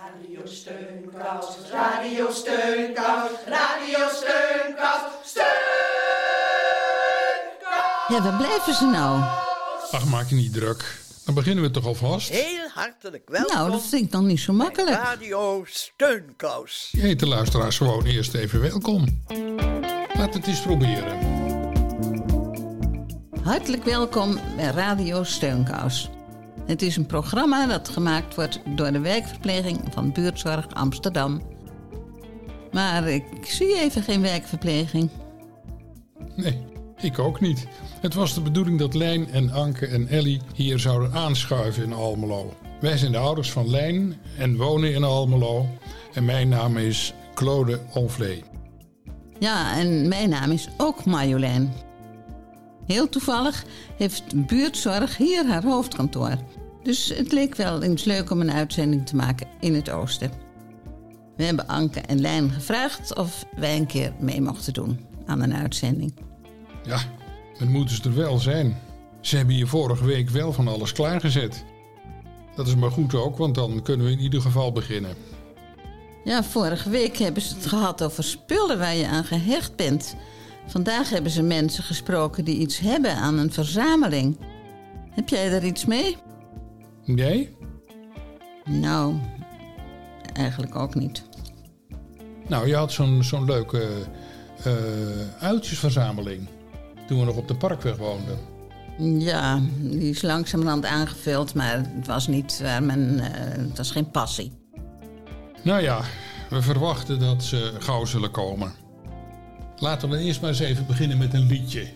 Radio Steunkous, Radio Steunkous, Radio Steunkous, Steunkous. Ja, waar blijven ze nou? Ach, maak je niet druk. Dan beginnen we toch alvast? Heel hartelijk welkom. Nou, dat vind ik dan niet zo makkelijk. Radio Steunkous. Je heet de luisteraars gewoon eerst even welkom. Laat het eens proberen. Hartelijk welkom bij Radio Steunkous. Het is een programma dat gemaakt wordt door de wijkverpleging van Buurtzorg Amsterdam. Maar ik zie even geen wijkverpleging. Nee, ik ook niet. Het was de bedoeling dat Lijn en Anke en Ellie hier zouden aanschuiven in Almelo. Wij zijn de ouders van Lijn en wonen in Almelo. En mijn naam is Claude Onvlee. Ja, en mijn naam is ook Marjolein. Heel toevallig heeft Buurtzorg hier haar hoofdkantoor. Dus het leek wel eens leuk om een uitzending te maken in het oosten. We hebben Anke en Lijn gevraagd of wij een keer mee mochten doen aan een uitzending. Ja, dan moeten ze er wel zijn. Ze hebben hier vorige week wel van alles klaargezet. Dat is maar goed ook, want dan kunnen we in ieder geval beginnen. Ja, vorige week hebben ze het gehad over spullen waar je aan gehecht bent. Vandaag hebben ze mensen gesproken die iets hebben aan een verzameling. Heb jij daar iets mee? Jij? Nou, eigenlijk ook niet. Nou, je had zo'n leuke uiltjesverzameling toen we nog op de Parkweg woonden. Ja, die is langzamerhand aangevuld, maar het was niet het was geen passie. Nou ja, we verwachten dat ze gauw zullen komen. Laten we dan eerst maar eens even beginnen met een liedje.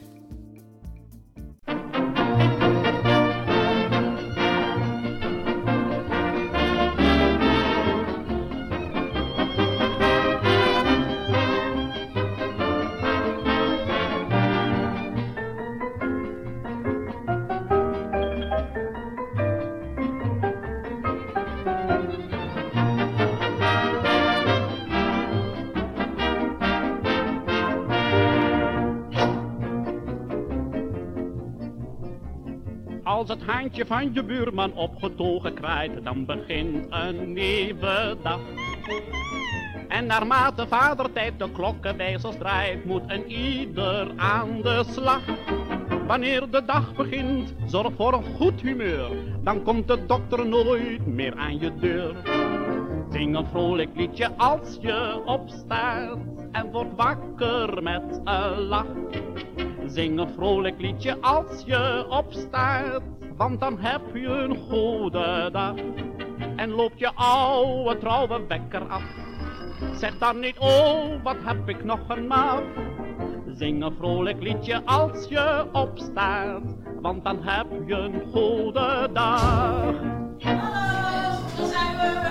Als het haantje van je buurman opgetogen kraait, dan begint een nieuwe dag. En naarmate vadertijd de klokkenwijzers draait, moet een ieder aan de slag. Wanneer de dag begint, zorg voor een goed humeur, dan komt de dokter nooit meer aan je deur. Zing een vrolijk liedje als je opstaat en wordt wakker met een lach. Zing een vrolijk liedje als je opstaat, want dan heb je een goede dag. En loopt je oude trouwe wekker af, zeg dan niet, oh wat heb ik nog een maag. Zing een vrolijk liedje als je opstaat, want dan heb je een goede dag. Hallo, daar zijn we.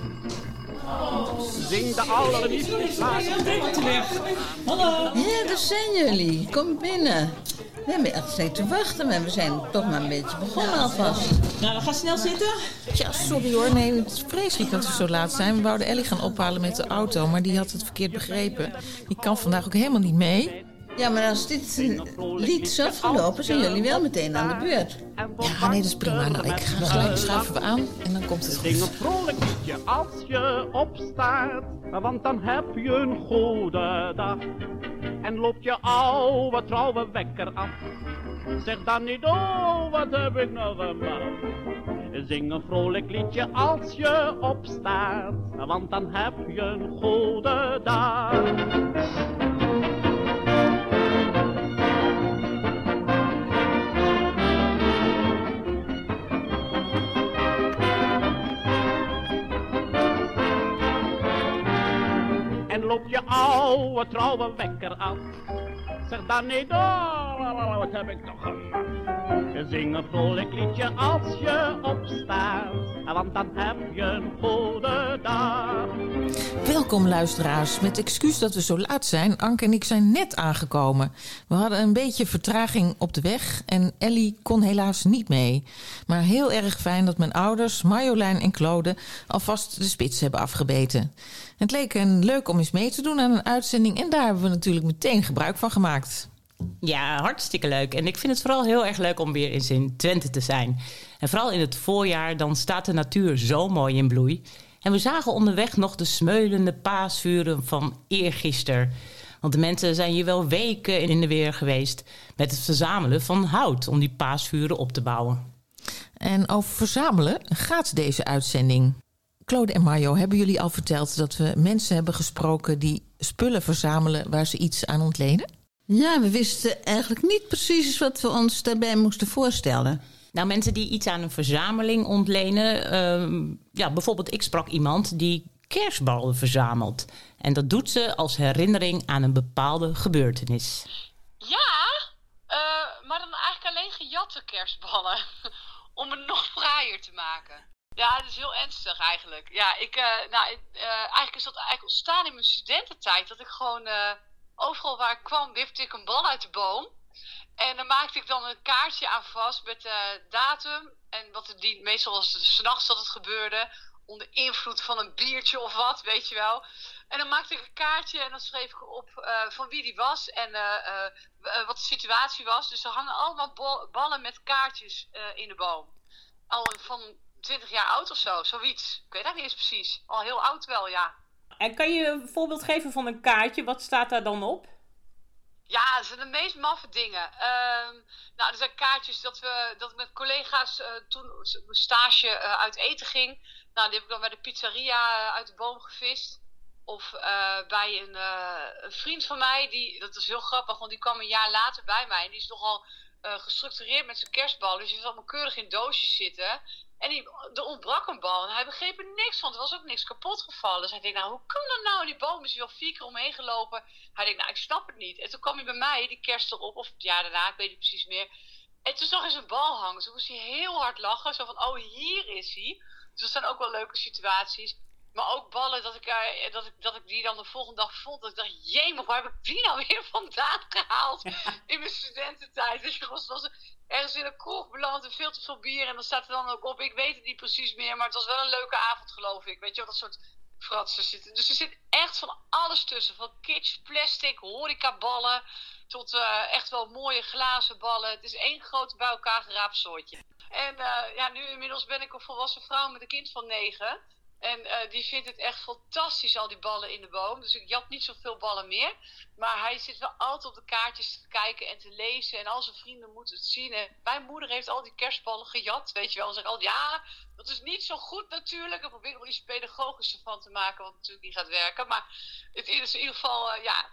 Zing de allerliefste plaat. Hallo. Ja, daar zijn jullie. Kom binnen. We hebben echt steeds te wachten, maar we zijn toch maar een beetje begonnen alvast. Nou, we gaan snel zitten. Ja, sorry hoor. Nee, het is vreselijk dat we zo laat zijn. We wouden Ellie gaan ophalen met de auto, maar die had het verkeerd begrepen. Die kan vandaag ook helemaal niet mee. Ja, maar als dit lied is afgelopen, zijn jullie wel meteen aan de beurt. Ja, nee, dat is prima. Nou, ik ga gelijk schuiven we aan en dan komt het Zing een goed. vrolijk liedje als je opstaat, want dan heb je een goede dag. En loopt je oude trouwe wekker af, zeg dan niet, oh wat heb ik nog een maag. Zing een vrolijk liedje als je opstaat, want dan heb je een goede dag. En loopt je oude trouwe wekker af, zeg dan niet, oh, wat heb ik toch gemaakt. Zing een vrolijk liedje als je opstaat, want dan heb je een goede dag. Welkom luisteraars. Met excuus dat we zo laat zijn. Anke en ik zijn net aangekomen. We hadden een beetje vertraging op de weg en Ellie kon helaas niet mee. Maar heel erg fijn dat mijn ouders, Marjolein en Claude, alvast de spits hebben afgebeten. Het leek hen leuk om eens mee te doen aan een uitzending en daar hebben we natuurlijk meteen gebruik van gemaakt. Ja, hartstikke leuk. En ik vind het vooral heel erg leuk om weer eens in Twente te zijn. En vooral in het voorjaar, dan staat de natuur zo mooi in bloei. En we zagen onderweg nog de smeulende paasvuren van eergisteren. Want de mensen zijn hier wel weken in de weer geweest met het verzamelen van hout om die paasvuren op te bouwen. En over verzamelen gaat deze uitzending. Claude en Mario, hebben jullie al verteld dat we mensen hebben gesproken die spullen verzamelen waar ze iets aan ontlenen? Ja, we wisten eigenlijk niet precies wat we ons daarbij moesten voorstellen. Nou, mensen die iets aan een verzameling ontlenen. Bijvoorbeeld, ik sprak iemand die kerstballen verzamelt. En dat doet ze als herinnering aan een bepaalde gebeurtenis. Ja, maar dan eigenlijk alleen gejatte kerstballen. Om het nog fraaier te maken. Ja, dat is heel ernstig eigenlijk. Ja, eigenlijk is dat eigenlijk ontstaan in mijn studententijd. Dat ik gewoon overal waar ik kwam, wipte ik een bal uit de boom. En dan maakte ik dan een kaartje aan vast met datum. En meestal was het 's nachts dat het gebeurde. Onder invloed van een biertje of wat, weet je wel. En dan maakte ik een kaartje en dan schreef ik op van wie die was en wat de situatie was. Dus er hangen allemaal ballen met kaartjes in de boom. Al van 20 jaar oud of zo, zoiets. Ik weet dat niet eens precies. Al heel oud wel, ja. En kan je een voorbeeld geven van een kaartje? Wat staat daar dan op? Ja, dat zijn de meest maffe dingen. Er zijn kaartjes dat ik met collega's toen mijn stage uit eten ging. Nou, die heb ik dan bij de pizzeria uit de boom gevist. Of bij een vriend van mij, dat is heel grappig, want die kwam een jaar later bij mij. En die is nogal gestructureerd met zijn kerstbal. Dus die had allemaal keurig in doosjes zitten. En er ontbrak een bal en hij begreep er niks van. Er was ook niks kapot gevallen. Dus hij denkt, nou, hoe kan dat nou? Die boom is wel 4 keer omheen gelopen. Hij denkt, nou, ik snap het niet. En toen kwam hij bij mij, die kerst erop, of het jaar daarna, ik weet niet precies meer. En toen zag hij zijn bal hangen. Toen moest hij heel hard lachen. Zo van, oh, hier is hij. Dus dat zijn ook wel leuke situaties. Maar ook ballen dat ik die dan de volgende dag vond. Dat ik dacht, jemig, waar heb ik die nou weer vandaan gehaald? In mijn studententijd. Dus je was ergens in een kroeg beland en veel te veel bier. En dan staat er dan ook op, ik weet het niet precies meer. Maar het was wel een leuke avond, geloof ik. Weet je wel, dat soort fratsen zitten. Dus er zit echt van alles tussen. Van kitsch, plastic, horecaballen. Tot echt wel mooie glazen ballen. Het is één grote bij elkaar geraapt soortje. En nu inmiddels ben ik een volwassen vrouw met een kind van 9. En die vindt het echt fantastisch, al die ballen in de boom. Dus ik jat niet zoveel ballen meer. Maar hij zit wel altijd op de kaartjes te kijken en te lezen. En al zijn vrienden moeten het zien. En mijn moeder heeft al die kerstballen gejat, weet je wel. En zegt altijd, ja, dat is niet zo goed natuurlijk. En probeer er iets pedagogisch ervan te maken, wat natuurlijk niet gaat werken. Maar het is in ieder geval,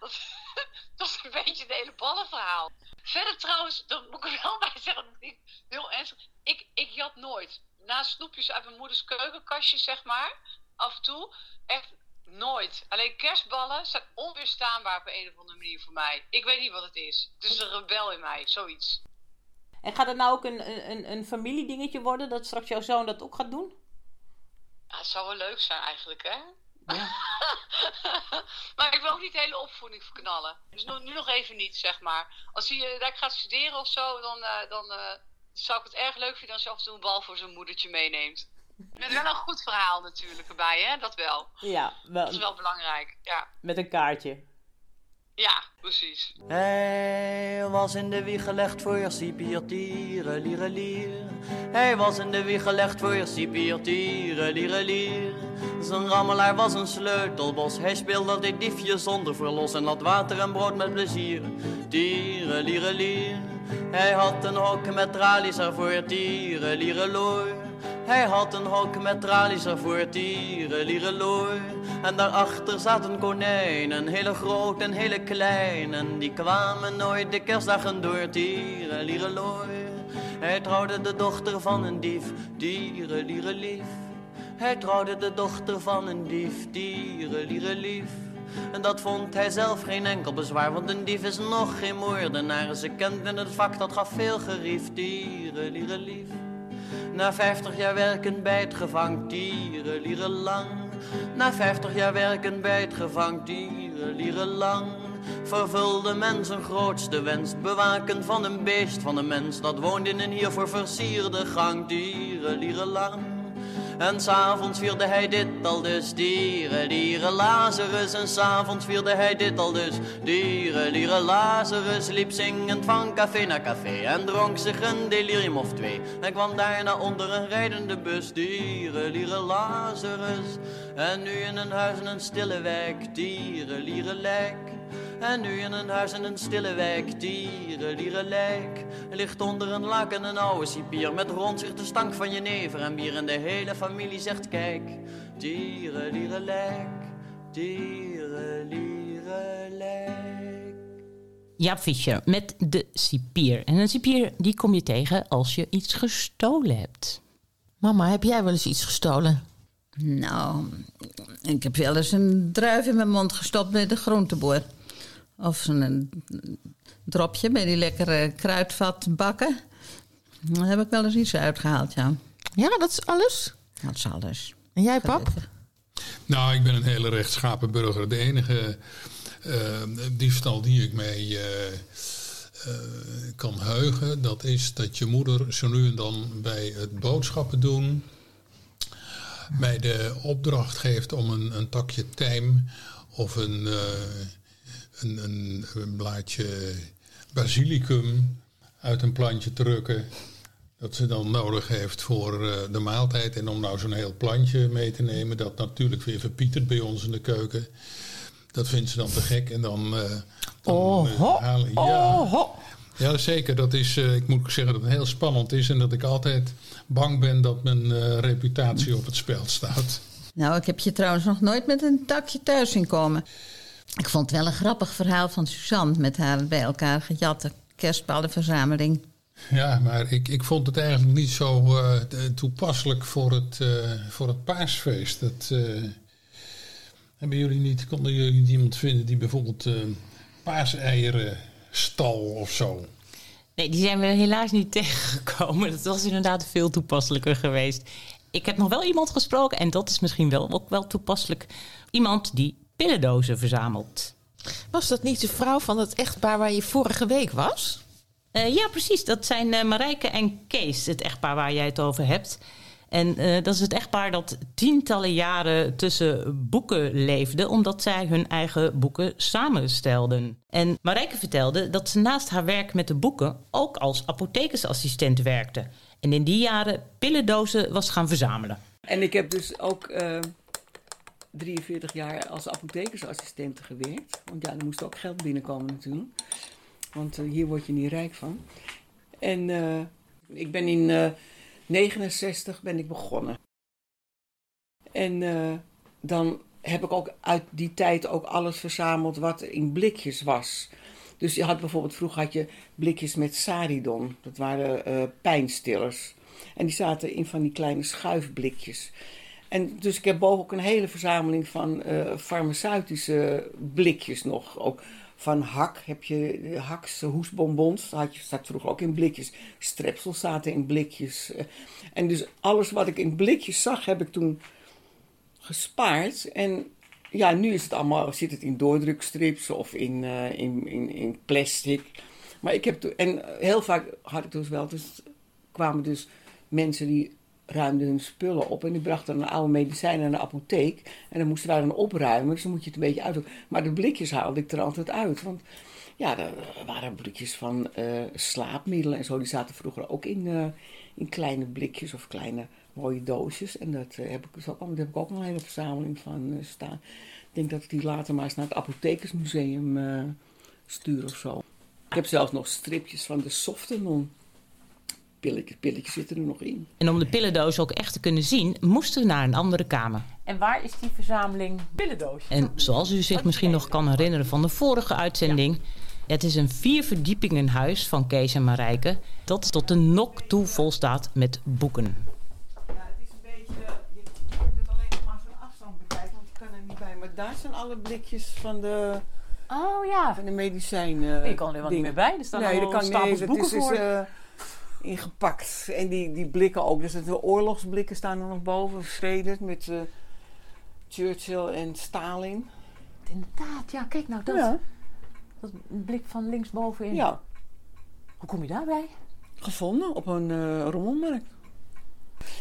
dat is een beetje het hele ballenverhaal. Verder trouwens, daar moet ik er wel bij zeggen, dat ik heel ernstig. Ik jat nooit. Na snoepjes uit mijn moeders keukenkastje, zeg maar, af en toe, echt nooit. Alleen kerstballen zijn onweerstaanbaar op een of andere manier voor mij. Ik weet niet wat het is. Het is een rebel in mij, zoiets. En gaat het nou ook een familiedingetje worden, dat straks jouw zoon dat ook gaat doen? Ja, het zou wel leuk zijn eigenlijk, hè? Ja. Maar ik wil ook niet de hele opvoeding verknallen. Dus nu nog even niet, zeg maar. Als hij daar gaat studeren of zo, dan zou ik het erg leuk vinden als je af en toe een bal voor zijn moedertje meeneemt. Met wel een goed verhaal natuurlijk erbij, hè? Dat wel. Ja, wel. Dat is wel belangrijk, ja. Met een kaartje. Ja, precies. Hij was in de wieg gelegd voor je sipiertieren, lierelier. Hij was in de wieg gelegd voor je sipiertieren, lierelier. Zijn rammelaar was een sleutelbos. Hij speelde altijd diefje zonder verlos en had water en brood met plezier. Tieren, lierelier. Hij had een hok met tralies ervoor, tieren, liereloor. Hij had een hok met tralies ervoor, tieren, liereloor. En daarachter zat een konijn, een hele groot en hele klein. En die kwamen nooit de kerstdagen door, tieren, liereloor. Hij trouwde de dochter van een dief, tieren, lierelief. Hij trouwde de dochter van een dief, tieren, lierelief. En dat vond hij zelf geen enkel bezwaar, want een dief is nog geen moordenaar. Ze kenden het vak, dat gaf veel gerief, tieren, lierelief. Na 50 jaar werken bij het gevang, tieren, lieren lang. Na 50 jaar werken bij het gevang, tieren, lieren lang. Vervulde men zijn grootste wens, bewaken van een beest van een mens. Dat woonde in een hiervoor versierde gang, tieren, lieren lang. En 's avonds vierde hij dit al dus, dieren, lieren, Lazarus. En 's avonds vierde hij dit al dus, dieren, lieren, Lazarus. Liep zingend van café naar café en dronk zich een delirium of 2. En kwam daarna onder een rijdende bus, dieren, lieren, Lazarus. En nu in een huis in een stille wijk, dieren, lieren, lijk. En nu in een huis in een stille wijk, dieren, lieren, lijk. Ligt onder een laken een oude cipier met rond zich de stank van jenever en bier. En de hele familie zegt kijk, dieren, lieren, lijk. Dieren, lieren, lijk. Jaap Fischer met de cipier. En een cipier die kom je tegen als je iets gestolen hebt. Mama, heb jij wel eens iets gestolen? Nou, ik heb wel eens een druif in mijn mond gestopt bij de groenteboer. Of een dropje bij die lekkere kruidvat bakken. Daar heb ik wel eens iets uitgehaald, ja. Ja, dat is alles? Dat is alles. En jij, pap? Nou, ik ben een hele rechtschapen burger. De enige diefstal die ik mij kan heugen, dat is dat je moeder zo nu en dan bij het boodschappen doen mij de opdracht geeft om een takje tijm of een blaadje basilicum uit een plantje te rukken. Dat ze dan nodig heeft voor de maaltijd. En om nou zo'n heel plantje mee te nemen, dat natuurlijk weer verpietert bij ons in de keuken. Dat vindt ze dan te gek. En dan halen. Ja, zeker. Dat is, ik moet zeggen dat het heel spannend is. En dat ik altijd bang ben dat mijn reputatie op het spel staat. Nou, ik heb je trouwens nog nooit met een takje thuis zien komen. Ik vond het wel een grappig verhaal van Suzanne met haar bij elkaar gejatte kerstballenverzameling. Ja, maar ik vond het eigenlijk niet zo toepasselijk voor het paasfeest. Konden jullie niet iemand vinden die bijvoorbeeld paaseieren stal of zo? Nee, die zijn we helaas niet tegengekomen. Dat was inderdaad veel toepasselijker geweest. Ik heb nog wel iemand gesproken, en dat is misschien wel ook wel toepasselijk. Iemand die pillendozen verzamelt. Was dat niet de vrouw van het echtpaar waar je vorige week was? Ja, precies. Dat zijn Marijke en Kees, het echtpaar waar jij het over hebt. En dat is het echtpaar dat tientallen jaren tussen boeken leefde, omdat zij hun eigen boeken samenstelden. En Marijke vertelde dat ze naast haar werk met de boeken ook als apothekersassistent werkte. En in die jaren pillendozen was gaan verzamelen. En ik heb dus ook 43 jaar als apothekersassistent gewerkt. Want ja, er moest ook geld binnenkomen natuurlijk. Want hier word je niet rijk van. En ik ben in 69 ben ik begonnen. En dan heb ik ook uit die tijd ook alles verzameld wat in blikjes was. Dus je had bijvoorbeeld, vroeger had je blikjes met Saridon. Dat waren pijnstillers. En die zaten in van die kleine schuifblikjes. En dus ik heb boven ook een hele verzameling van farmaceutische blikjes nog. Ook van Hak heb je Haks hoestbonbons. Dat zat vroeger ook in blikjes. Strepsels zaten in blikjes. En dus alles wat ik in blikjes zag, heb ik toen gespaard. En ja, nu is het allemaal, zit het in doordrukstrips of in plastic. Maar ik heb en heel vaak had ik dus wel, dus kwamen dus mensen die ruimden hun spullen op en die brachten een oude medicijn naar de apotheek. En dan moesten wij dan opruimen, dus dan moet je het een beetje uitdoen. Maar de blikjes haalde ik er altijd uit. Want ja, er waren blikjes van slaapmiddelen en zo. Die zaten vroeger ook in kleine blikjes of kleine mooie doosjes. En daar heb ik ook nog een hele verzameling van staan. Ik denk dat ik die later maar eens naar het apothekersmuseum stuur of zo. Ik heb zelfs nog stripjes van de Softenon. Pilletjes zitten er nog in. En om de pillendoos ook echt te kunnen zien, moesten we naar een andere kamer. En waar is die verzameling pillendoosjes? En zoals u zich misschien nog kan herinneren van de vorige uitzending, het is een 4 verdiepingen huis van Kees en Marijke dat tot de nok toe vol staat met boeken. Ja, het is een beetje, je kunt het alleen nog maar van afstand bekijken, want je kan er niet bij. Maar daar zijn alle blikjes van de van de medicijnen. Je kan er helemaal niet meer bij, er staan allemaal stapels boeken voor. Ingepakt. En die blikken ook. Dus de oorlogsblikken staan er nog boven. Vrede met Churchill en Stalin. Inderdaad, ja. Kijk nou, dat blik van linksbovenin. Ja. Hoe kom je daarbij? Gevonden op een rommelmarkt.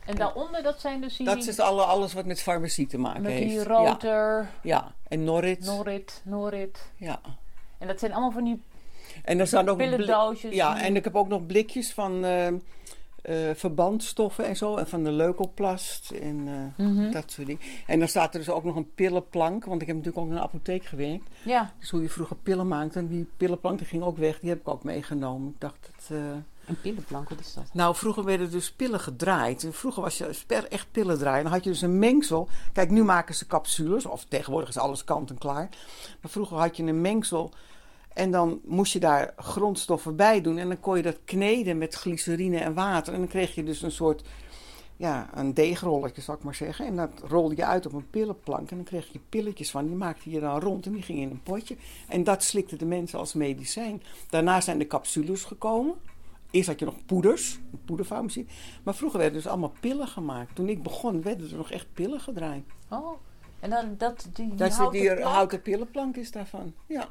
En daaronder, dat zijn dus die... Dat is alles wat met farmacie te maken heeft. Met die rotor... Ja, en Norit. Ja. En dat zijn allemaal van die en er staan ook pillendoosjes. Ja, en ik heb ook nog blikjes van verbandstoffen en zo. En van de leukoplast en dat soort dingen. En dan staat er dus ook nog een pillenplank. Want ik heb natuurlijk ook in een apotheek gewerkt. Ja. Dus hoe je vroeger pillen maakte. En die pillenplank die ging ook weg. Die heb ik ook meegenomen. Ik dacht dat... Een pillenplank, wat is dat? Nou, vroeger werden dus pillen gedraaid. En vroeger was je echt pillen draaien. Dan had je dus een mengsel. Kijk, nu maken ze capsules. Of tegenwoordig is alles kant en klaar. Maar vroeger had je een mengsel. En dan moest je daar grondstoffen bij doen. En dan kon je dat kneden met glycerine en water. En dan kreeg je dus een soort... Ja, een deegrolletje, zal ik maar zeggen. En dat rolde je uit op een pillenplank. En dan kreeg je pilletjes van. Die maakte je dan rond en die gingen in een potje. En dat slikten de mensen als medicijn. Daarna zijn de capsules gekomen. Eerst had je nog poeders, een poederfarmacie. Maar vroeger werden dus allemaal pillen gemaakt. Toen ik begon, werden er nog echt pillen gedraaid. Oh, en dan die houten pillenplank is daarvan, ja.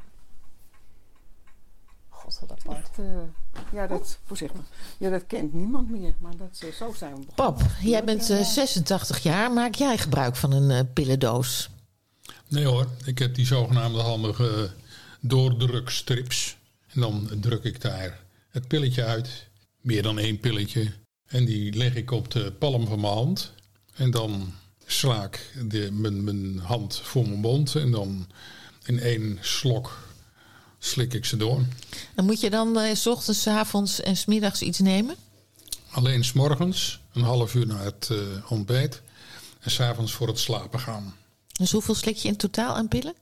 God, wat apart. Voorzichtig. Ja, dat kent niemand meer. Maar zo zijn we begonnen. Pap, jij bent 86 jaar. Maak jij gebruik van een pillendoos? Nee hoor, ik heb die zogenaamde handige doordrukstrips. En dan druk ik daar het pilletje uit, meer dan 1 pilletje. En die leg ik op de palm van mijn hand. En dan sla ik mijn hand voor mijn mond. En dan in 1 slok slik ik ze door. En moet je dan 's ochtends, 's avonds en 's middags iets nemen? Alleen 's morgens, een half uur na het ontbijt. En 's avonds voor het slapen gaan. Dus hoeveel slik je in totaal aan pillen?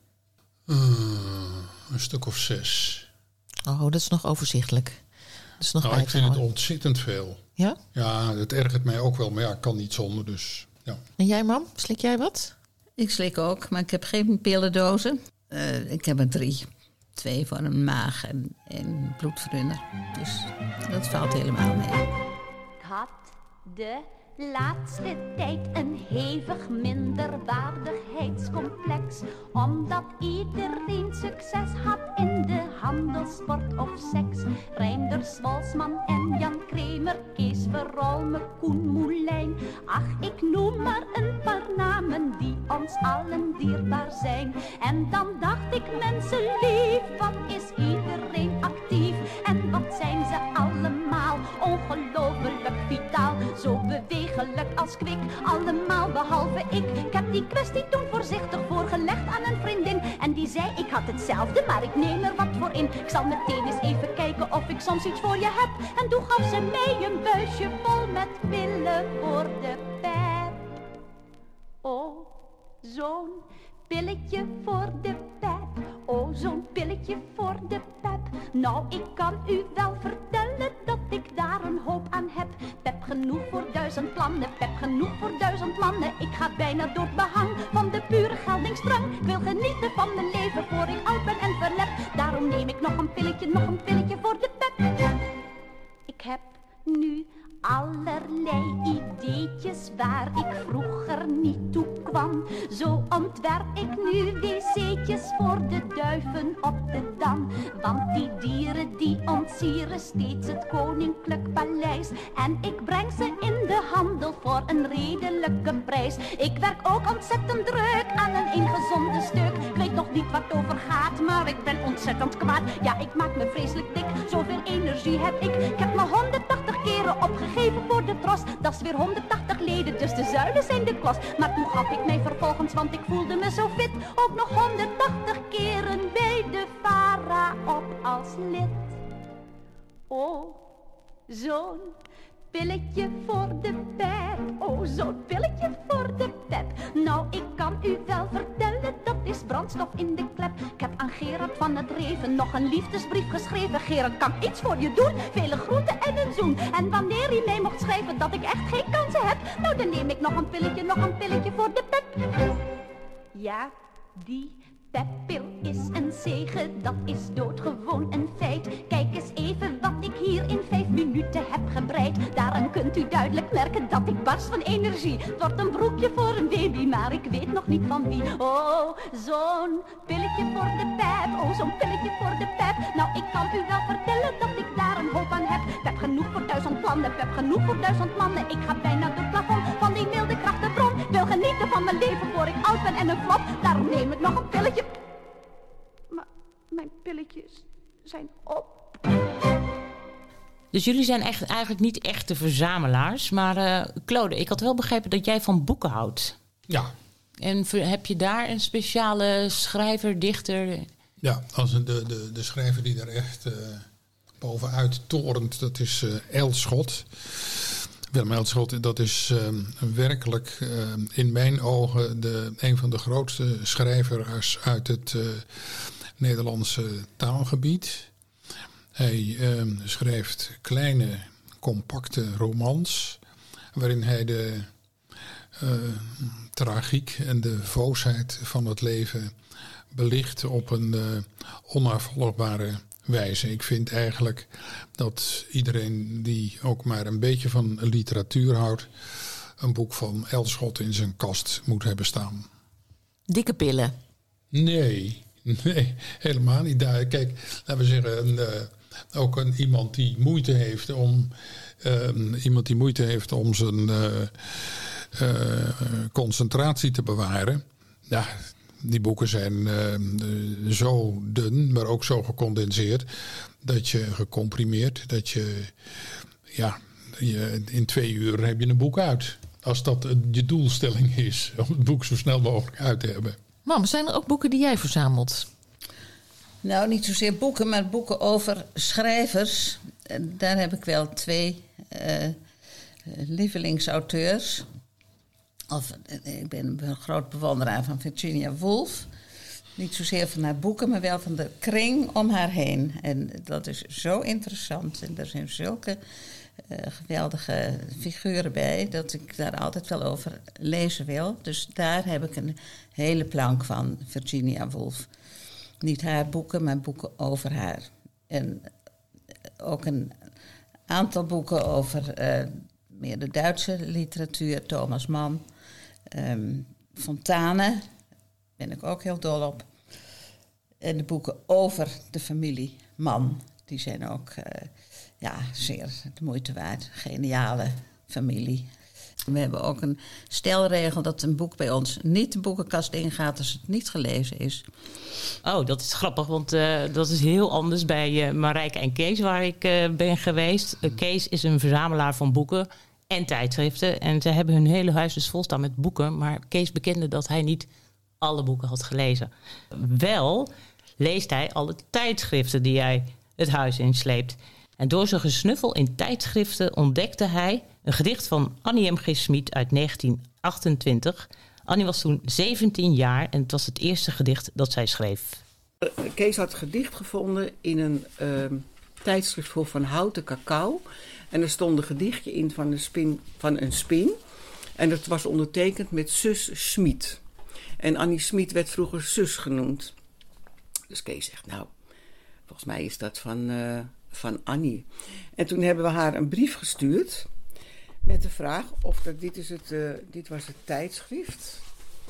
Een stuk of 6. Oh, dat is nog overzichtelijk. Ik vind het ontzettend veel. Ja? Ja, het ergert mij ook wel. Maar ja, ik kan niet zonder, dus ja. En jij, mam? Slik jij wat? Ik slik ook, maar ik heb geen pillendozen. Ik heb er 3. 2 voor een maag en 1 bloedverdunner. Dus dat valt helemaal mee. Ik had de laatste tijd een hevig minderwaardigheidscomplex. Omdat iedereen succes had in de handel, sport of seks. Reinders, Walsman en Jan Kramer, Kees Verolme, Koen Moulijn. Ach, ik noem maar een paar namen die ons allen dierbaar zijn. En dan dacht ik, mensen lief, wat is iedereen actief? En wat zijn ze allemaal ongelooflijk vitaal. Zo bewegelijk als kwik, allemaal behalve ik. Ik heb die kwestie toen voorzichtig voorgelegd aan een vriendin. En die zei, ik had hetzelfde, maar ik neem er wat voor in. Ik zal meteen eens even kijken of ik soms iets voor je heb. En toen gaf ze mij een buisje vol met pillen voor de pep. Oh, zo'n pilletje voor de pep. Oh, zo'n pilletje voor de pep. Nou, ik kan u wel vertellen dat ik daar een hoop aan heb. Pep genoeg voor 1000 plannen, pep genoeg voor 1000 mannen. Ik ga bijna door het behang van de pure geldingsdrang. Ik wil genieten van mijn leven voor ik oud ben en verlep. Daarom neem ik nog een pilletje voor de pep. Ik heb nu allerlei ideetjes waar ik vroeger niet toe kwam. Zo ontwerp ik nu wc'tjes voor de duiven op de Dam. Want die dieren die ontsieren steeds het koninklijk paleis. En ik breng ze in de handel voor een redelijke prijs. Ik werk ook ontzettend druk aan een ingezonden stuk. Ik weet nog niet waar het over gaat, maar ik ben ontzettend kwaad. Ja, ik maak me vreselijk dik, zoveel energie heb ik. Ik heb me 180 keren opgegeven voor de tros. Dat is weer 180 leden, dus de zuilen zijn de klos. Maar toen gaf ik mij vervolgens, want ik voelde me zo fit, ook nog 180 keren bij de VARA op als lid. Oh, zo'n pilletje voor de pep. Oh, zo'n pilletje voor de pep. Nou, ik kan u wel vertellen, dat is brandstof in de klep. Ik heb aan Gerard van het Reven nog een liefdesbrief geschreven. Gerard kan iets voor je doen, vele groeten en een zoen. En wanneer hij mij mocht schrijven dat ik echt geen kansen heb, nou, dan neem ik nog een pilletje voor de pep. Ja, die Peppil is een zegen, dat is doodgewoon een feit. Kijk eens even wat ik hier in 5 minuten heb gebreid. Daaraan kunt u duidelijk merken dat ik barst van energie. Het wordt een broekje voor een baby, maar ik weet nog niet van wie. Oh, zo'n pilletje voor de pep, oh zo'n pilletje voor de pep. Nou, ik kan u wel vertellen dat ik daar een hoop aan heb. Pep genoeg voor 1000 plannen, pep genoeg voor 1000 mannen. Ik ga bijna door het plafond van die milde krachtenbron. Wil genieten van mijn leven voor ik oud ben en een flop. Daarom neem ik nog een pilletje. Maar mijn pilletjes zijn op. Dus jullie zijn eigenlijk niet echte verzamelaars. Maar Claude, ik had wel begrepen dat jij van boeken houdt. Ja. En heb je daar een speciale schrijver, dichter? Ja, als de schrijver die daar echt bovenuit torent, dat is Elschot. Willem Elschot, dat is werkelijk in mijn ogen een van de grootste schrijvers uit het Nederlandse taalgebied. Hij schrijft kleine, compacte romans, waarin hij de tragiek en de voosheid van het leven belicht op een onafvolgbare wijze. Ik vind eigenlijk dat iedereen die ook maar een beetje van literatuur houdt, een boek van Elschot in zijn kast moet hebben staan. Dikke pillen? Nee, helemaal niet. Kijk, laten we zeggen, ook iemand die moeite heeft om zijn concentratie te bewaren. Ja, die boeken zijn zo dun, maar ook zo gecondenseerd, dat je gecomprimeerd, dat je in 2 uur heb je een boek uit. Als dat je doelstelling is, om het boek zo snel mogelijk uit te hebben. Mam, zijn er ook boeken die jij verzamelt? Nou, niet zozeer boeken, maar boeken over schrijvers. Daar heb ik wel 2 lievelingsauteurs. Ik ben een groot bewonderaar van Virginia Woolf. Niet zozeer van haar boeken, maar wel van de kring om haar heen. En dat is zo interessant. En er zijn zulke geweldige figuren bij, dat ik daar altijd wel over lezen wil. Dus daar heb ik een hele plank van, Virginia Woolf. Niet haar boeken, maar boeken over haar. En ook een aantal boeken over meer de Duitse literatuur. Thomas Mann, Fontane, ben ik ook heel dol op. En de boeken over de familie Mann, die zijn ook zeer de moeite waard. Geniale familie. We hebben ook een stelregel dat een boek bij ons niet de boekenkast ingaat als het niet gelezen is. Oh, dat is grappig, want dat is heel anders bij Marijke en Kees, waar ik ben geweest. Kees is een verzamelaar van boeken en tijdschriften. En ze hebben hun hele huis dus vol staan met boeken. Maar Kees bekende dat hij niet alle boeken had gelezen. Wel leest hij alle tijdschriften die hij het huis insleept. En door zijn gesnuffel in tijdschriften ontdekte hij een gedicht van Annie M.G. Schmid uit 1928. Annie was toen 17 jaar en het was het eerste gedicht dat zij schreef. Kees had een gedicht gevonden in een tijdschrift voor Van Houten Cacao. En er stond een gedichtje in van een spin. En dat was ondertekend met zus Schmid. En Annie Schmid werd vroeger zus genoemd. Dus Kees zegt, nou, volgens mij is dat van Annie. En toen hebben we haar een brief gestuurd met de vraag of dit was het tijdschrift.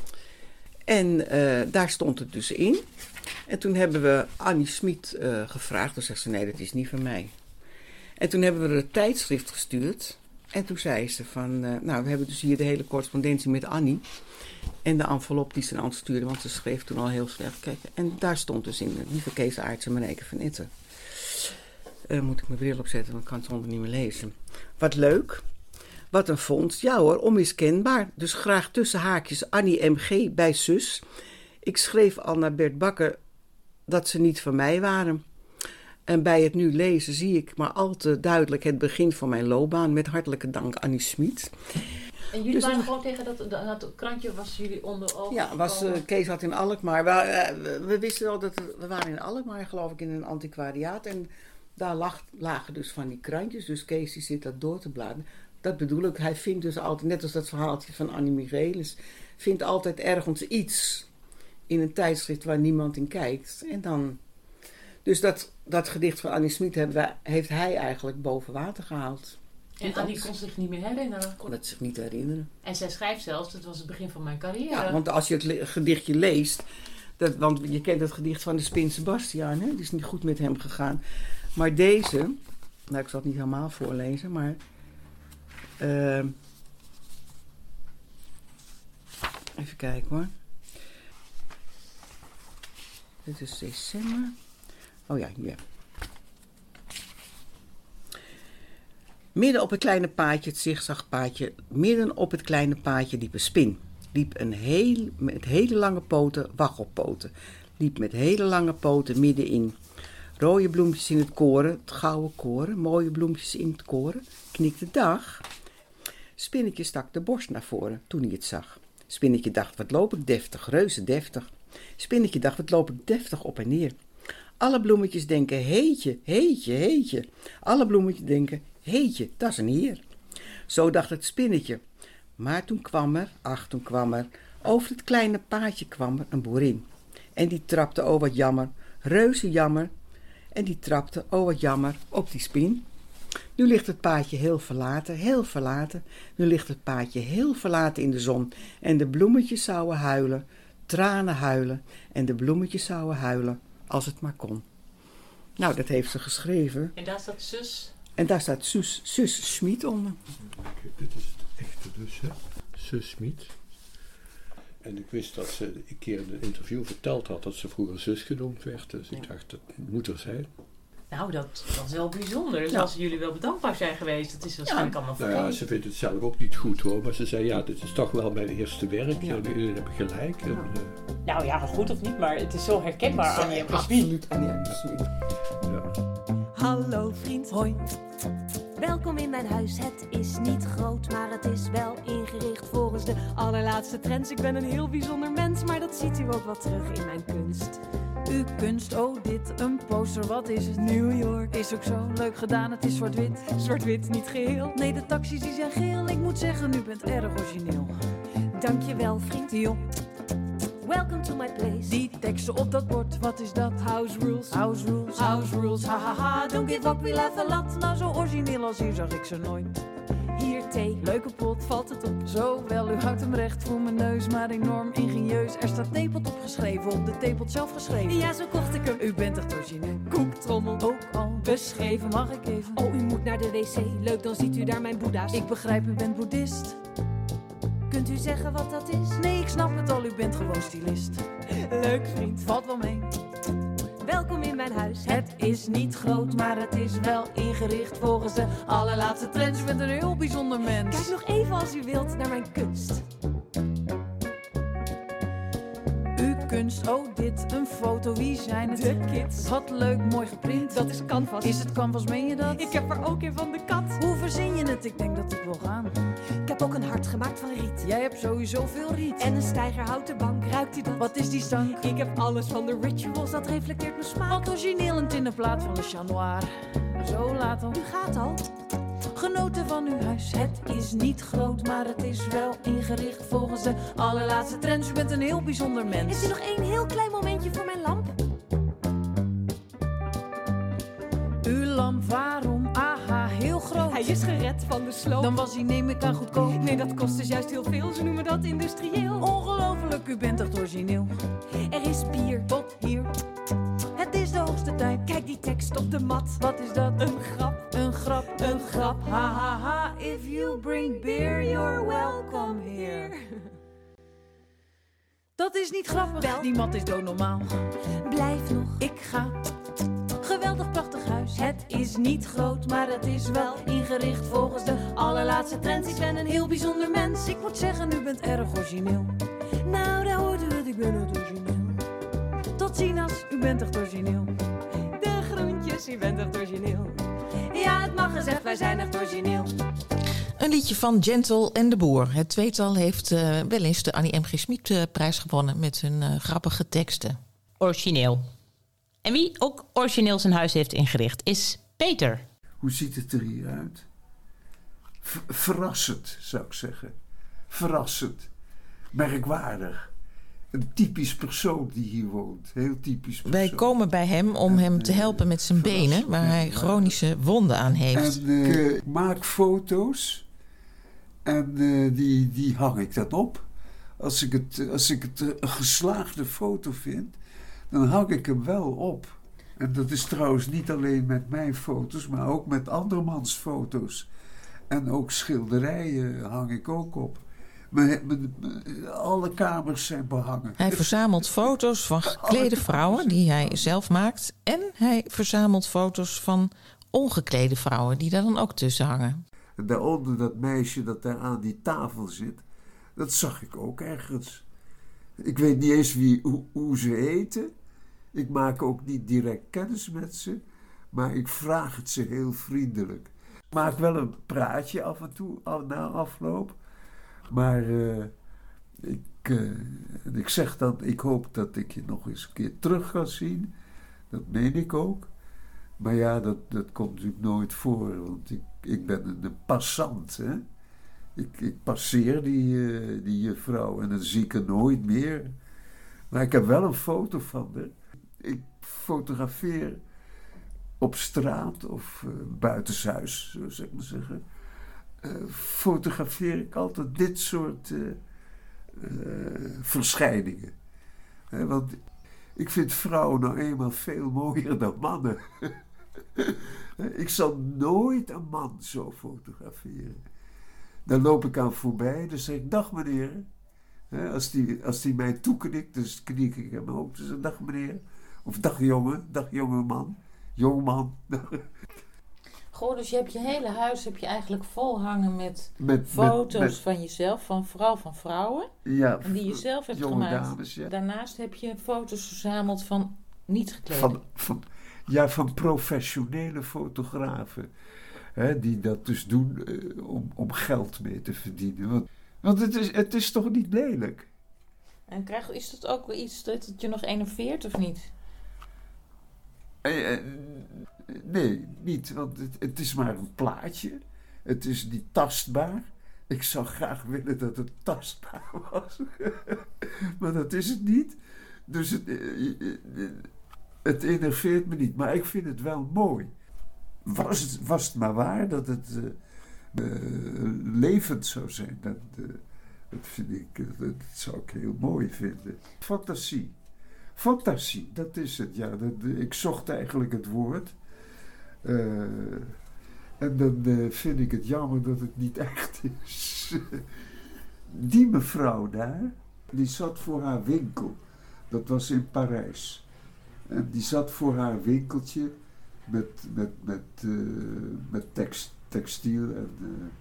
En daar stond het dus in. En toen hebben we Annie Schmid gevraagd. Toen zegt ze, nee, dat is niet van mij. En toen hebben we het tijdschrift gestuurd. En toen zei ze van, nou, we hebben dus hier de hele correspondentie met Annie. En de envelop die ze aan ons stuurde, want ze schreef toen al heel slecht. Kijk, en daar stond dus in, lieve Kees Aerts en Marijke van Etten. Moet ik mijn bril opzetten, want ik kan het zonder niet meer lezen. Wat leuk. Wat een vondst. Ja hoor, onmiskenbaar. Dus graag tussen haakjes Annie M.G. bij zus. Ik schreef al naar Bert Bakker dat ze niet van mij waren. En bij het nu lezen zie ik maar al te duidelijk het begin van mijn loopbaan. Met hartelijke dank Annie Schmid. En jullie dus waren gewoon tegen dat krantje, was jullie onder ogen? Ja, Kees had in Alkmaar. We wisten wel dat we waren in Alkmaar, geloof ik, in een antiquariaat. En daar lagen dus van die krantjes. Dus Kees die zit dat door te bladeren. Dat bedoel ik. Hij vindt dus altijd, net als dat verhaaltje van Annie Michaelis, vindt altijd ergens iets in een tijdschrift waar niemand in kijkt. En dan... Dus dat gedicht van Annie Smit heeft hij eigenlijk boven water gehaald. En Annie kon zich niet meer herinneren. Kon het zich niet herinneren. En zij schrijft zelfs, het was het begin van mijn carrière. Ja, want als je het gedichtje leest... want je kent het gedicht van de Spin Sebastiaan, hè? Het is niet goed met hem gegaan. Maar deze... Nou, ik zal het niet helemaal voorlezen, maar... even kijken hoor. Dit is december. Oh ja, hier. Midden op het kleine paadje, het zigzagpaadje, midden op het kleine paadje liep een spin. Liep met hele lange poten, waggelpoten. Liep met hele lange poten middenin. Rode bloempjes in het koren, het gouden koren, mooie bloempjes in het koren. Knikte dag. Spinnetje stak de borst naar voren toen hij het zag. Spinnetje dacht, wat loop ik deftig, reuze deftig. Spinnetje dacht, wat loop ik deftig op en neer. Alle bloemetjes denken, heetje, heetje, heetje. Alle bloemetjes denken, heetje, dat is een heer. Zo dacht het spinnetje. Maar toen kwam er, over het kleine paadje kwam er een boerin. En die trapte, oh wat jammer, reuze jammer. En die trapte, oh wat jammer, op die spin. Nu ligt het paadje heel verlaten, heel verlaten. Nu ligt het paadje heel verlaten in de zon. En de bloemetjes zouden huilen, tranen huilen. En de bloemetjes zouden huilen, als het maar kon. Nou, dat heeft ze geschreven. En daar staat zus? En daar staat zus Smit onder. Dit is het echte dus, hè? Zus Smit. En ik wist dat ze een keer in een interview verteld had dat ze vroeger zus genoemd werd. Dus ik dacht, dat moet er zijn. Nou, dat is wel bijzonder. Dus als jullie wel bedankbaar zijn geweest, dat is waarschijnlijk allemaal nou ja, ze vindt het zelf ook niet goed hoor. Maar ze zei, ja, dit is toch wel mijn eerste werk. Ja. Jullie hebben gelijk. En, nou ja, goed of niet, maar het is zo herkenbaar aan je absoluut aan je ja. Hallo vriend, hoi. Welkom in mijn huis. Het is niet groot, maar het is wel ingericht volgens de allerlaatste trends. Ik ben een heel bijzonder mens, maar dat ziet u ook wel terug in mijn kunst. Uw kunst, oh dit, een poster, wat is het? New York, is ook zo leuk gedaan, het is zwart-wit. Zwart-wit, niet geheel. Nee, de taxis die zijn geel, ik moet zeggen, u bent erg origineel. Dankjewel vriend. Jo. Welcome to my place. Die teksten op dat bord, wat is dat? House rules. House rules, house rules, hahaha. Don't give up, we laugh a lot. Nou, zo origineel als u zag ik ze nooit. Hier thee, leuke pot, valt het op? Zo wel, u houdt hem recht voor mijn neus, maar enorm ingenieus. Er staat theepot opgeschreven, op de theepot zelf geschreven. Ja, zo kocht ik hem. U bent echt origineel. Koektrommel, ook al beschreven, mag ik even? Oh, u moet naar de wc, leuk, dan ziet u daar mijn boeddha's. Ik begrijp, u bent boeddhist. Kunt u zeggen wat dat is? Nee, ik snap het al, u bent gewoon stylist. Leuk vriend, valt wel mee. Welkom in mijn huis. Het is niet groot, maar het is wel ingericht volgens de allerlaatste trends. U bent een heel bijzonder mens. Kijk nog even als u wilt naar mijn kunst. Uw kunst, oh dit, een foto, wie zijn het? De kids. Wat leuk, mooi geprint. Dat is Canvas. Is het Canvas, meen je dat? Ik heb er ook een van de kat. Hoe verzin je het? Ik denk dat ik wil gaan. Ik heb ook een hart gemaakt van riet. Jij hebt sowieso veel riet. En een steigerhouten bank, ruikt u dat? Wat is die stank? Ik heb alles van de rituals, dat reflecteert mijn smaak. Wat origineel, een tinnenplaat van de Chat Noir. Zo laat al. U gaat al. Genoten van uw huis. Het is niet groot, maar het is wel ingericht volgens de allerlaatste trends. U bent een heel bijzonder mens. Heeft u nog één heel klein momentje voor mijn lamp? Uw lamp, waarom? Aha, heel groot. Hij is gered van de sloop. Dan was hij, neem ik aan, goedkoop. Nee, dat kost dus juist heel veel. Ze noemen dat industrieel. Ongelooflijk, u bent echt origineel. Er is bier tot hier. Het is de hoogste tijd. Kijk die tekst op de mat. Wat is dat? Een grap. Een grap, een grap. Ha ha ha. If you bring beer, you're welcome here. Dat is niet grappig. Wel. Die mat is doodnormaal. Blijf nog. Ik ga. Geweldig prachtig huis. Het is niet groot, maar het is wel ingericht volgens de allerlaatste trends. Ik ben een heel bijzonder mens. Ik moet zeggen, u bent erg origineel. Nou, daar hoort u het, ik ben het origineel. Tot ziens, u bent echt origineel. De groentjes, u bent echt origineel. Ja, het mag gezegd, wij zijn echt origineel. Een liedje van Gentle en de Boer. Het tweetal heeft wel eens de Annie M.G. Smit prijs gewonnen met hun grappige teksten. Origineel. En wie ook origineel zijn huis heeft ingericht is Peter. Hoe ziet het er hier uit? Verrassend, zou ik zeggen. Verrassend. Merkwaardig. een typisch persoon die hier woont. Heel typisch persoon. Wij komen bij hem om hem te helpen met zijn benen, waar hij chronische wonden aan heeft. En ik maak foto's en die hang ik dan op. Als ik het een geslaagde foto vind, dan hang ik hem wel op. En dat is trouwens niet alleen met mijn foto's, maar ook met andermans foto's. En ook schilderijen hang ik ook op. Alle kamers zijn behangen. Hij verzamelt foto's van geklede vrouwen die hij zelf maakt. En hij verzamelt foto's van ongeklede vrouwen die daar dan ook tussen hangen. En daaronder dat meisje dat daar aan die tafel zit, dat zag ik ook ergens. Ik weet niet eens hoe ze heten. Ik maak ook niet direct kennis met ze. Maar ik vraag het ze heel vriendelijk. Ik maak wel een praatje af en toe na afloop. Maar ik zeg dan, ik hoop dat ik je nog eens een keer terug kan zien. Dat meen ik ook. Maar ja, dat komt natuurlijk nooit voor. Want ik ben een passant. Hè? Ik passeer die juffrouw en dan zie ik er nooit meer. Maar ik heb wel een foto van haar. Ik fotografeer op straat of buitenshuis, zo zou ik maar zeggen. Fotografeer ik altijd dit soort verschijningen. Want ik vind vrouwen nou eenmaal veel mooier dan mannen. Ik zal nooit een man zo fotograferen. Dan loop ik aan voorbij, dan zeg ik, dag meneer. Als die mij toeknikt, dan knik ik hem ook. Dus dag meneer. Of dag jonge man. Jongman. Goh, dus je hebt je hele huis eigenlijk vol hangen met foto's van jezelf, van vrouwen. Ja, en die je zelf hebt jonge gemaakt. Dames, ja. Daarnaast heb je foto's verzameld van niet geklede. Van professionele fotografen. Die dat dus doen om geld mee te verdienen. Want het is toch niet lelijk? En is dat ook iets dat het je nog enerveert of niet? Nee, niet. Want het is maar een plaatje. Het is niet tastbaar. Ik zou graag willen dat het tastbaar was. Maar dat is het niet. Dus het enerveert me niet. Maar ik vind het wel mooi. Was het maar waar dat het levend zou zijn. Dat vind ik, dat zou ik heel mooi vinden. Fantasie, dat is het. Ja, ik zocht eigenlijk het woord. En dan vind ik het jammer dat het niet echt is. Die mevrouw daar, die zat voor haar winkel. Dat was in Parijs. En die zat voor haar winkeltje met textiel en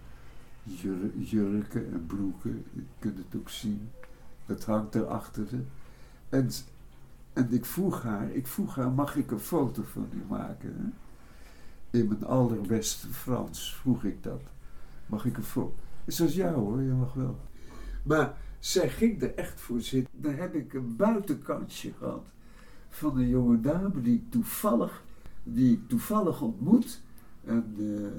jurken en broeken. Je kunt het ook zien. Dat hangt erachter. En ik vroeg haar, mag ik een foto van u maken? Hè? In mijn allerbeste Frans vroeg ik dat. Mag ik een foto? Ze zei, ja hoor, je mag wel. Maar zij ging er echt voor zitten. Dan heb ik een buitenkantje gehad van een jonge dame die ik toevallig ontmoet. En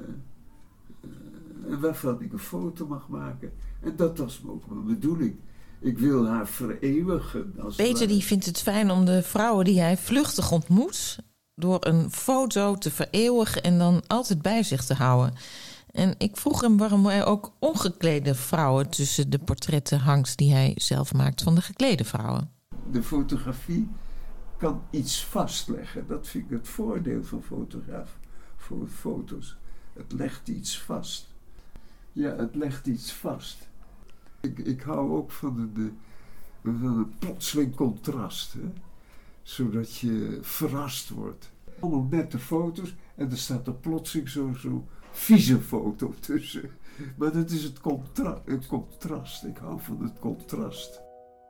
waarvan ik een foto mag maken. En dat was ook mijn bedoeling. Ik wil haar vereeuwigen. Peter die vindt het fijn om de vrouwen die hij vluchtig ontmoet door een foto te vereeuwigen en dan altijd bij zich te houden. En ik vroeg hem waarom hij ook ongeklede vrouwen tussen de portretten hangt die hij zelf maakt van de geklede vrouwen. De fotografie kan iets vastleggen. Dat vind ik het voordeel van foto's. Het legt iets vast. Ja, het legt iets vast. Ik hou ook van een plotseling contrast. Hè? Zodat je verrast wordt. Allemaal nette foto's en er staat er plotseling zo'n vieze foto tussen. Maar dat is het contrast. Ik hou van het contrast.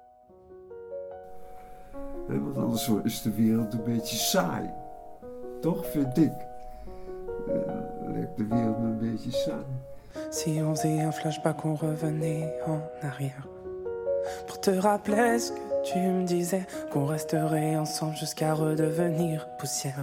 Want anders is de wereld een beetje saai. Toch, vind ik. Lijkt de wereld een beetje saai. Si on faisait un flashback, on revenait en arrière. Pour te rappeler ce que tu me disais, qu'on resterait ensemble jusqu'à redevenir poussière.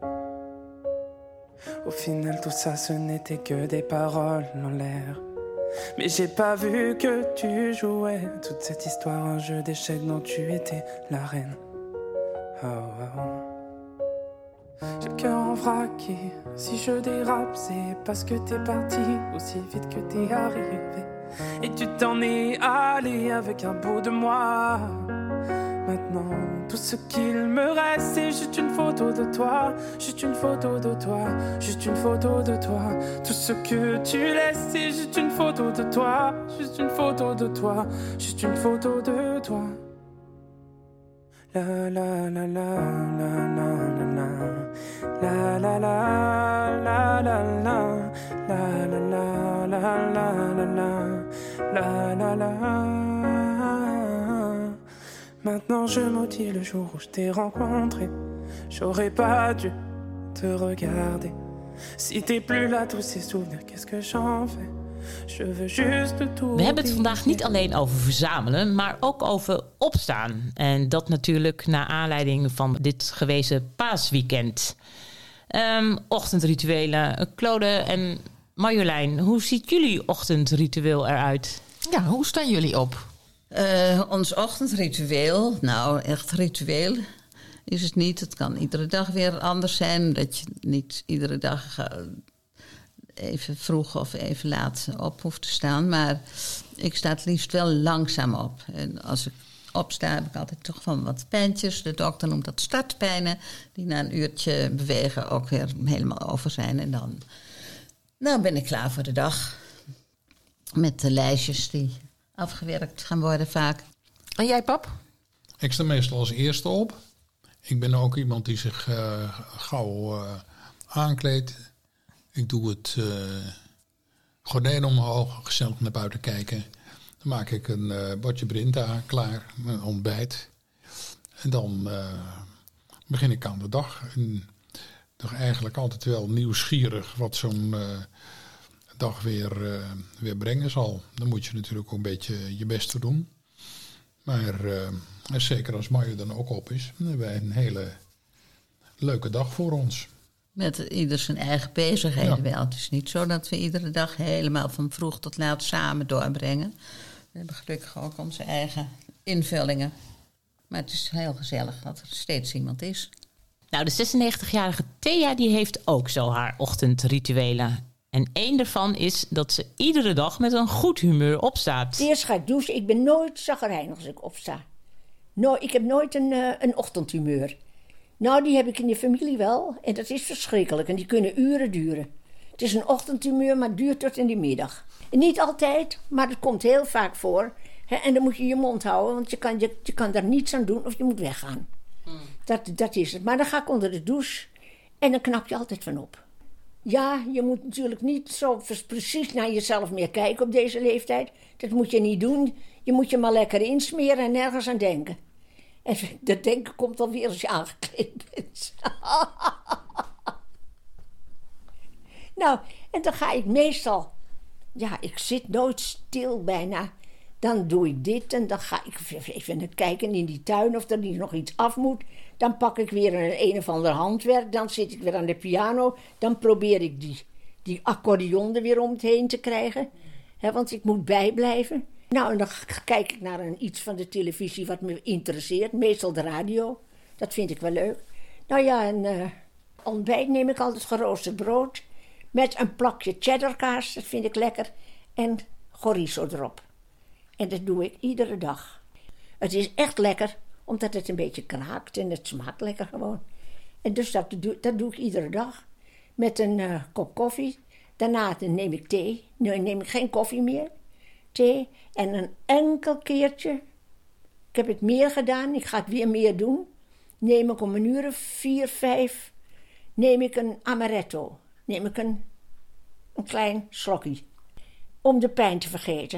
Au final, tout ça, ce n'était que des paroles en l'air. Mais j'ai pas vu que tu jouais toute cette histoire, un jeu d'échecs dont tu étais la reine. Oh, oh. J'ai le cœur en vrac et si je dérape, c'est parce que t'es parti aussi vite que t'es arrivé. Et tu t'en es allé avec un bout de moi. Maintenant, tout ce qu'il me reste, c'est juste une photo de toi. Juste une photo de toi, juste une photo de toi. Tout ce que tu laisses, c'est juste une photo de toi. Juste une photo de toi, juste une photo de toi. La la la la la la la la la la la la la la la la la la la. Maintenant je maudis le jour où je t'ai rencontré. J'aurais pas dû te regarder. Si t'es plus là, tous ces souvenirs, qu'est-ce que j'en fais? We hebben het vandaag niet alleen over verzamelen, maar ook over opstaan. En dat natuurlijk naar aanleiding van dit gewezen paasweekend. Ochtendrituelen. Claude en Marjolein, hoe ziet jullie ochtendritueel eruit? Ja, hoe staan jullie op? Ons ochtendritueel, nou echt ritueel is het niet. Het kan iedere dag weer anders zijn. Dat je niet iedere dag even vroeg of even laat op hoeft te staan. Maar ik sta het liefst wel langzaam op. En als ik opsta heb ik altijd toch van wat pijntjes. De dokter noemt dat startpijnen. Die na een uurtje bewegen ook weer helemaal over zijn. En dan ben ik klaar voor de dag. Met de lijstjes die afgewerkt gaan worden vaak. En jij, pap? Ik sta meestal als eerste op. Ik ben ook iemand die zich gauw aankleedt. Ik doe het gordijn omhoog, gezellig naar buiten kijken. Dan maak ik een bordje Brinta klaar, een ontbijt. En dan begin ik aan de dag. En toch eigenlijk altijd wel nieuwsgierig wat zo'n dag weer brengen zal. Dan moet je natuurlijk ook een beetje je best voor doen. Maar zeker als Marjo dan ook op is, dan hebben wij een hele leuke dag voor ons. Met ieder zijn eigen bezigheden wel. Het is niet zo dat we iedere dag helemaal van vroeg tot laat samen doorbrengen. We hebben gelukkig ook onze eigen invullingen. Maar het is heel gezellig dat er steeds iemand is. Nou, de 96-jarige Thea die heeft ook zo haar ochtendrituelen. En één daarvan is dat ze iedere dag met een goed humeur opstaat. Eerst ga ik douchen. Ik ben nooit chagrijnig als ik opsta. Ik heb nooit een ochtendhumeur. Nou, die heb ik in de familie wel. En dat is verschrikkelijk. En die kunnen uren duren. Het is een ochtendhumeur, maar het duurt tot in de middag. En niet altijd, maar het komt heel vaak voor. En dan moet je je mond houden, want je kan daar niets aan doen of je moet weggaan. Dat is het. Maar dan ga ik onder de douche en dan knap je altijd van op. Ja, je moet natuurlijk niet zo precies naar jezelf meer kijken op deze leeftijd. Dat moet je niet doen. Je moet je maar lekker insmeren en nergens aan denken. En dat denken komt alweer als je aangekleed bent. Nou, en dan ga ik meestal... Ja, ik zit nooit stil bijna. Dan doe ik dit en dan ga ik even kijken in die tuin of er niet nog iets af moet. Dan pak ik weer een of ander handwerk. Dan zit ik weer aan de piano. Dan probeer ik die accordeon er weer om het heen te krijgen. Want ik moet bijblijven. Nou, en dan kijk ik naar iets van de televisie wat me interesseert. Meestal de radio. Dat vind ik wel leuk. Nou ja, en ontbijt neem ik altijd geroosterd brood. Met een plakje cheddarkaas, dat vind ik lekker. En chorizo erop. En dat doe ik iedere dag. Het is echt lekker, omdat het een beetje kraakt en het smaakt lekker gewoon. En dus dat doe ik iedere dag. Met een kop koffie. Daarna neem ik thee. Nu neem ik geen koffie meer. Thee. En een enkel keertje, ik heb het meer gedaan, ik ga het weer meer doen. Neem ik om 4, 5, neem ik een amaretto. Neem ik een klein slokje. Om de pijn te vergeten.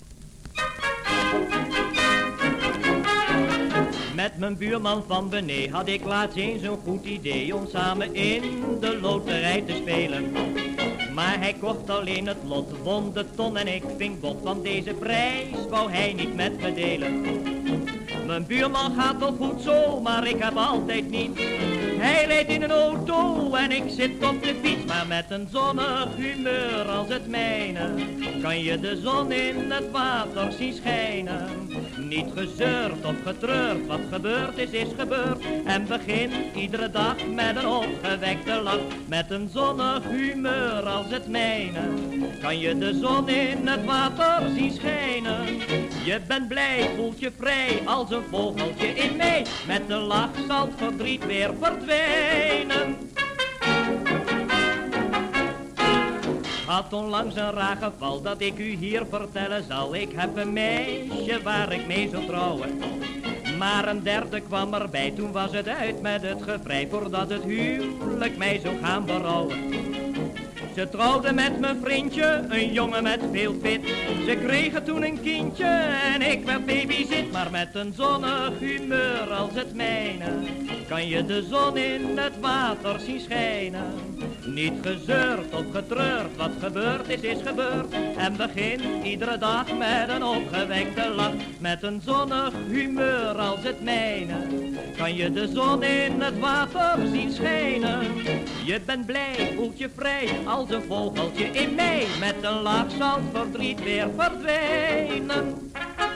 Met mijn buurman van beneden had ik laatst eens een goed idee om samen in de loterij te spelen. Maar hij kocht alleen het lot, won de ton en ik ving bot, want deze prijs wou hij niet met me delen. Mijn buurman gaat al goed zo, maar ik heb altijd niet. Hij rijdt in een auto en ik zit op de fiets. Maar met een zonnig humeur als het mijne kan je de zon in het water zien schijnen. Niet gezeurd of getreurd, wat gebeurd is gebeurd. En begin iedere dag met een opgewekte lach. Met een zonnig humeur als het mijne kan je de zon in het water zien schijnen. Je bent blij, voelt je vrij als een vogeltje in mei. Met een lach zal het verdriet weer verdwijnen. Had onlangs een raar geval dat ik u hier vertellen zal. Ik heb een meisje waar ik mee zou trouwen. Maar een derde kwam erbij, toen was het uit met het gevrij. Voordat het huwelijk mij zou gaan berouwen. Ze trouwde met mijn vriendje, een jongen met veel fit. Ze kregen toen een kindje en ik werd babyzit. Maar met een zonnig humeur als het mijne kan je de zon in het water zien schijnen. Niet gezeurd of getreurd, wat gebeurd is gebeurd. En begin iedere dag met een opgewekte lach. Met een zonnig humeur als het mijne kan je de zon in het water zien schijnen. Je bent blij, voelt je vrij als een vogeltje in mei. Met een lach zal het verdriet weer verdwijnen.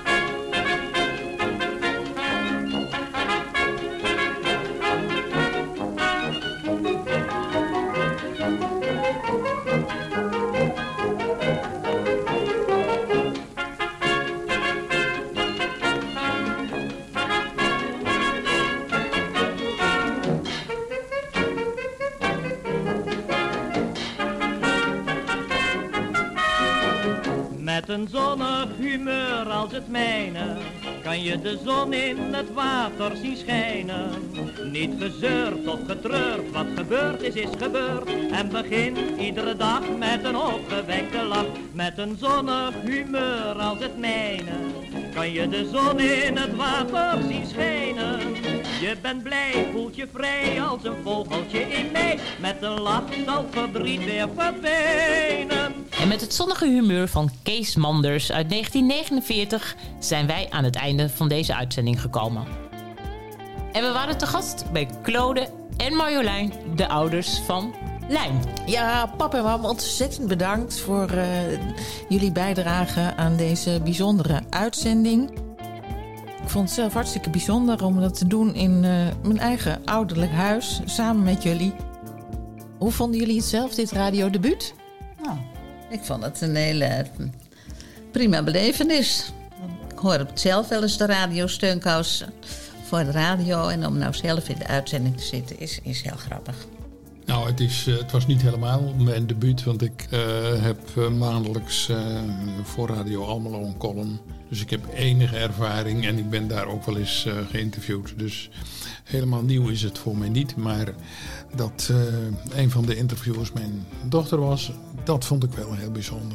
Met een zonnig humeur als het mijne kan je de zon in het water zien schijnen. Niet gezeurd of getreurd, wat gebeurd is gebeurd. En begin iedere dag met een opgewekte lach. Met een zonnig humeur als het mijne kan je de zon in het water zien schijnen. Je bent blij, voelt je vrij als een vogeltje in mei. Met een lach zal het verdriet weer verdwijnen. En met het zonnige humeur van Kees Manders uit 1949 zijn wij aan het einde van deze uitzending gekomen. En we waren te gast bij Claude en Marjolein, de ouders van Lijn. Ja, pap en mam, ontzettend bedankt voor jullie bijdrage aan deze bijzondere uitzending. Ik vond het zelf hartstikke bijzonder om dat te doen in mijn eigen ouderlijk huis, samen met jullie. Hoe vonden jullie het zelf, dit radiodebuut? Nou, ik vond het een hele prima belevenis. Ik hoor op het zelf wel eens de radio Steunkous voor de radio. En om nou zelf in de uitzending te zitten is heel grappig. Nou, het was niet helemaal mijn debuut, want ik heb maandelijks voor Radio Almelo een column. Dus ik heb enige ervaring en ik ben daar ook wel eens geïnterviewd. Dus helemaal nieuw is het voor mij niet. Maar dat een van de interviewers mijn dochter was, dat vond ik wel heel bijzonder.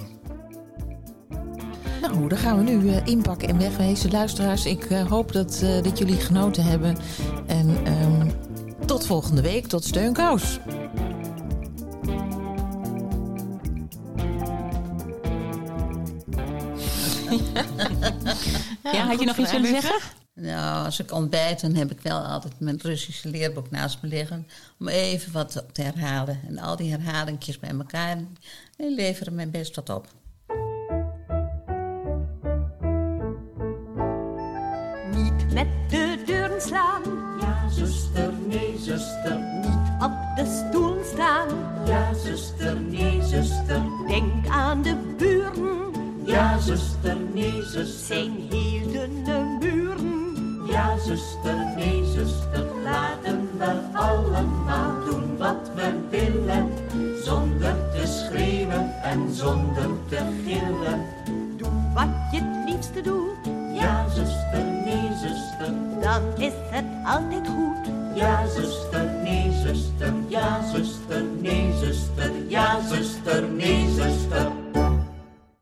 Nou, dan gaan we nu inpakken en wegwezen. Luisteraars, ik hoop dat jullie genoten hebben. En tot volgende week, tot Steunkous. Ja, had je nog iets willen zeggen? Nou, als ik ontbijt, dan heb ik wel altijd mijn Russische leerboek naast me liggen. Om even wat te herhalen. En al die herhalingjes bij elkaar, die leveren mij best wat op. Niet met de deuren slaan. Ja, zuster, nee, zuster. Niet op de stoel staan. Ja, zuster, nee, zuster. Denk aan de buren. Ja, zuster, nee, zuster. Zijn heel dunne muren. Ja, zuster, nee, zuster. Laten we allemaal doen wat we willen. Zonder te schreeuwen en zonder te gillen. Doe wat je het liefste doet. Ja, zuster, nee, zuster. Dan is het altijd goed. Ja, zuster, nee, zuster. Ja, zuster, nee, zuster. Ja, zuster, nee, zuster.